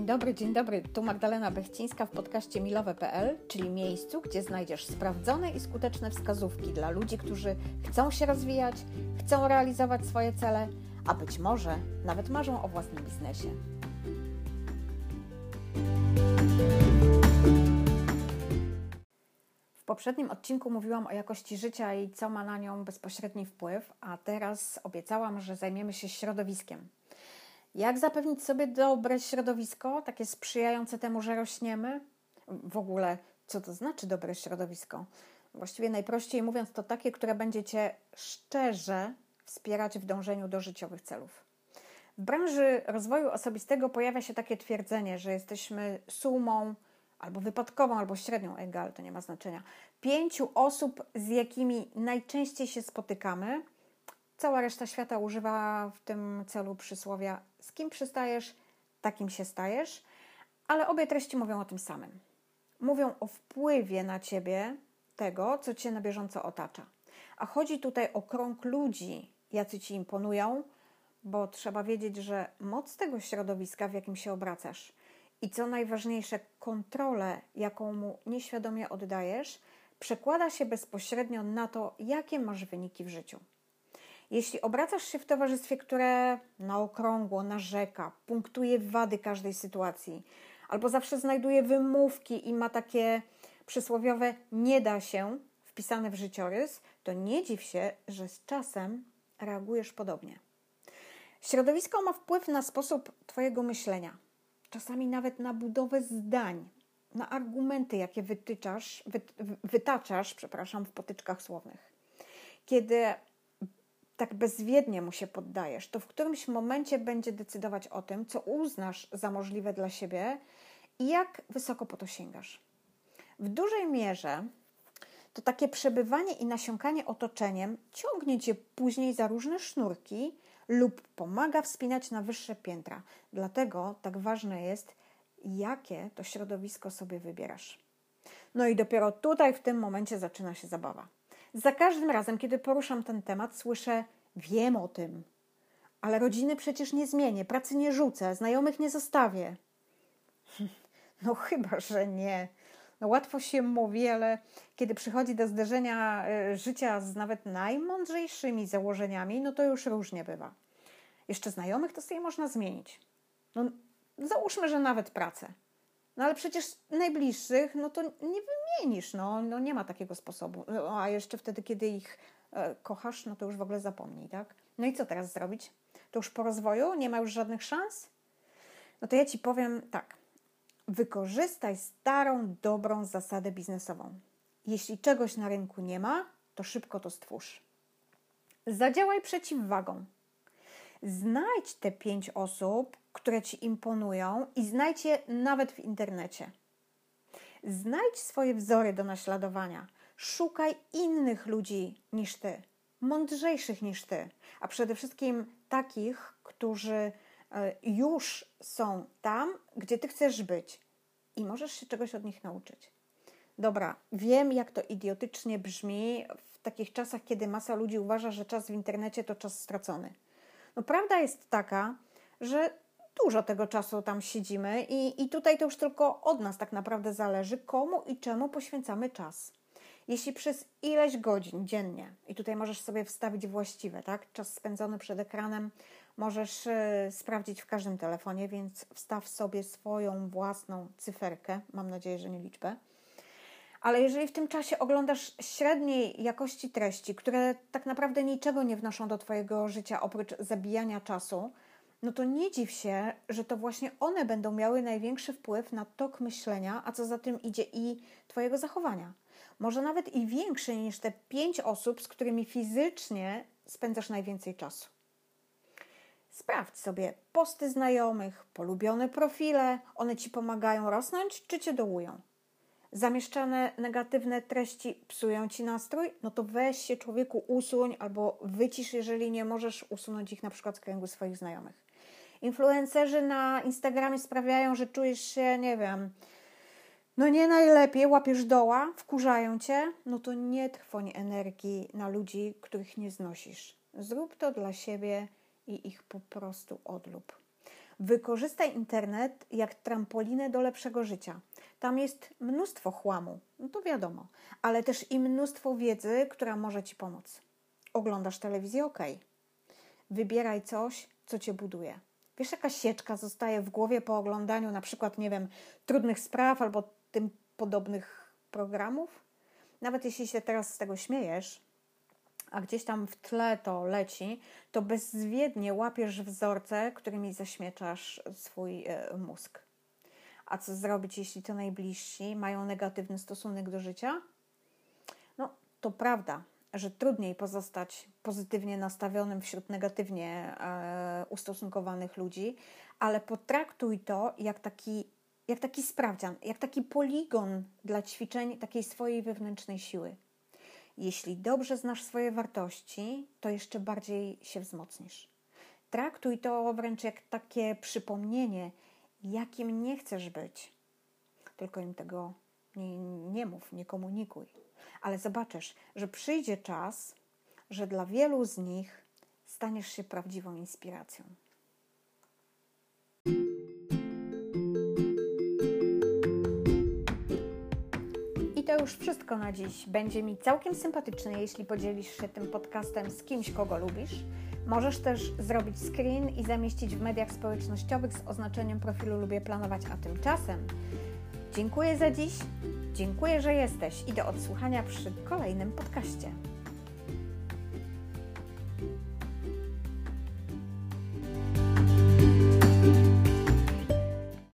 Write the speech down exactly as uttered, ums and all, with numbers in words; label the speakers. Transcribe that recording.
Speaker 1: Dzień dobry, dzień dobry. Tu Magdalena Bechcińska w podcaście milowe kropka p l, czyli miejscu, gdzie znajdziesz sprawdzone i skuteczne wskazówki dla ludzi, którzy chcą się rozwijać, chcą realizować swoje cele, a być może nawet marzą o własnym biznesie. W poprzednim odcinku mówiłam o jakości życia i co ma na nią bezpośredni wpływ, a teraz obiecałam, że zajmiemy się środowiskiem. Jak zapewnić sobie dobre środowisko, takie sprzyjające temu, że rośniemy? W ogóle, co to znaczy dobre środowisko? Właściwie najprościej mówiąc, to takie, które będzie Cię szczerze wspierać w dążeniu do życiowych celów. W branży rozwoju osobistego pojawia się takie twierdzenie, że jesteśmy sumą albo wypadkową, albo średnią, egal, to nie ma znaczenia, pięciu osób, z jakimi najczęściej się spotykamy. Cała reszta świata używa w tym celu przysłowia: z kim przystajesz, takim się stajesz, ale obie treści mówią o tym samym. Mówią o wpływie na Ciebie tego, co Cię na bieżąco otacza. A chodzi tutaj o krąg ludzi, jacy Ci imponują, bo trzeba wiedzieć, że moc tego środowiska, w jakim się obracasz i co najważniejsze, kontrolę, jaką mu nieświadomie oddajesz, przekłada się bezpośrednio na to, jakie masz wyniki w życiu. Jeśli obracasz się w towarzystwie, które na okrągło narzeka, punktuje wady każdej sytuacji, albo zawsze znajduje wymówki i ma takie przysłowiowe nie da się wpisane w życiorys, to nie dziw się, że z czasem reagujesz podobnie. Środowisko ma wpływ na sposób Twojego myślenia, czasami nawet na budowę zdań, na argumenty, jakie wytyczasz, wy, wytaczasz przepraszam, w potyczkach słownych. Kiedy tak bezwiednie mu się poddajesz, to w którymś momencie będzie decydować o tym, co uznasz za możliwe dla siebie i jak wysoko po to sięgasz. W dużej mierze to takie przebywanie i nasiąkanie otoczeniem ciągnie Cię później za różne sznurki lub pomaga wspinać na wyższe piętra. Dlatego tak ważne jest, jakie to środowisko sobie wybierasz. No i dopiero tutaj w tym momencie zaczyna się zabawa. Za każdym razem, kiedy poruszam ten temat, słyszę: wiem o tym, ale rodziny przecież nie zmienię, pracy nie rzucę, znajomych nie zostawię. No chyba, że nie. No łatwo się mówi, ale kiedy przychodzi do zderzenia y, życia z nawet najmądrzejszymi założeniami, no to już różnie bywa. Jeszcze znajomych to sobie można zmienić. No załóżmy, że nawet pracę. No ale przecież najbliższych, no to nie wymienisz, no, no nie ma takiego sposobu. No, a jeszcze wtedy, kiedy ich e, kochasz, no to już w ogóle zapomnij, tak? No i co teraz zrobić? To już po rozwoju? Nie ma już żadnych szans? No to ja Ci powiem tak. Wykorzystaj starą, dobrą zasadę biznesową. Jeśli czegoś na rynku nie ma, to szybko to stwórz. Zadziałaj przeciwwagą. Znajdź te pięć osób, które Ci imponują i znajdź je nawet w internecie. Znajdź swoje wzory do naśladowania. Szukaj innych ludzi niż Ty, mądrzejszych niż Ty, a przede wszystkim takich, którzy już są tam, gdzie Ty chcesz być i możesz się czegoś od nich nauczyć. Dobra, wiem, jak to idiotycznie brzmi w takich czasach, kiedy masa ludzi uważa, że czas w internecie to czas stracony. No prawda jest taka, że dużo tego czasu tam siedzimy i, i tutaj to już tylko od nas tak naprawdę zależy, komu i czemu poświęcamy czas. Jeśli przez ileś godzin dziennie, i tutaj możesz sobie wstawić właściwe, tak? Czas spędzony przed ekranem możesz y, sprawdzić w każdym telefonie, więc wstaw sobie swoją własną cyferkę, mam nadzieję, że nie liczbę. Ale jeżeli w tym czasie oglądasz średniej jakości treści, które tak naprawdę niczego nie wnoszą do Twojego życia oprócz zabijania czasu, no to nie dziw się, że to właśnie one będą miały największy wpływ na tok myślenia, a co za tym idzie i Twojego zachowania. Może nawet i większy niż te pięć osób, z którymi fizycznie spędzasz najwięcej czasu. Sprawdź sobie posty znajomych, polubione profile, one Ci pomagają rosnąć czy Cię dołują? Zamieszczane negatywne treści psują Ci nastrój? No to weź się, człowieku, usuń albo wycisz, jeżeli nie możesz usunąć ich na przykład z kręgu swoich znajomych. Influencerzy na Instagramie sprawiają, że czujesz się, nie wiem, no nie najlepiej, łapiesz doła, wkurzają Cię, no to nie trwoń energii na ludzi, których nie znosisz. Zrób to dla siebie i ich po prostu odlub. Wykorzystaj internet jak trampolinę do lepszego życia. Tam jest mnóstwo chłamu, no to wiadomo, ale też i mnóstwo wiedzy, która może Ci pomóc. Oglądasz telewizję? Okej. Wybieraj coś, co Cię buduje. Wiesz, jaka sieczka zostaje w głowie po oglądaniu na przykład, nie wiem, Trudnych Spraw albo tym podobnych programów? Nawet jeśli się teraz z tego śmiejesz, a gdzieś tam w tle to leci, to bezwiednie łapiesz wzorce, którymi zaśmieczasz swój e, mózg. A co zrobić, jeśli to najbliżsi mają negatywny stosunek do życia? No, to prawda, że trudniej pozostać pozytywnie nastawionym wśród negatywnie e, ustosunkowanych ludzi, ale potraktuj to jak taki, jak taki sprawdzian, jak taki poligon dla ćwiczeń takiej swojej wewnętrznej siły. Jeśli dobrze znasz swoje wartości, to jeszcze bardziej się wzmocnisz. Traktuj to wręcz jak takie przypomnienie, jakim nie chcesz być. Tylko im tego nie, nie mów, nie komunikuj. Ale zobaczysz, że przyjdzie czas, że dla wielu z nich staniesz się prawdziwą inspiracją. I to już wszystko na dziś. Będzie mi całkiem sympatyczne, jeśli podzielisz się tym podcastem z kimś, kogo lubisz. Możesz też zrobić screen i zamieścić w mediach społecznościowych z oznaczeniem profilu Lubię Planować, a tymczasem dziękuję za dziś, dziękuję, że jesteś i do odsłuchania przy kolejnym podcaście.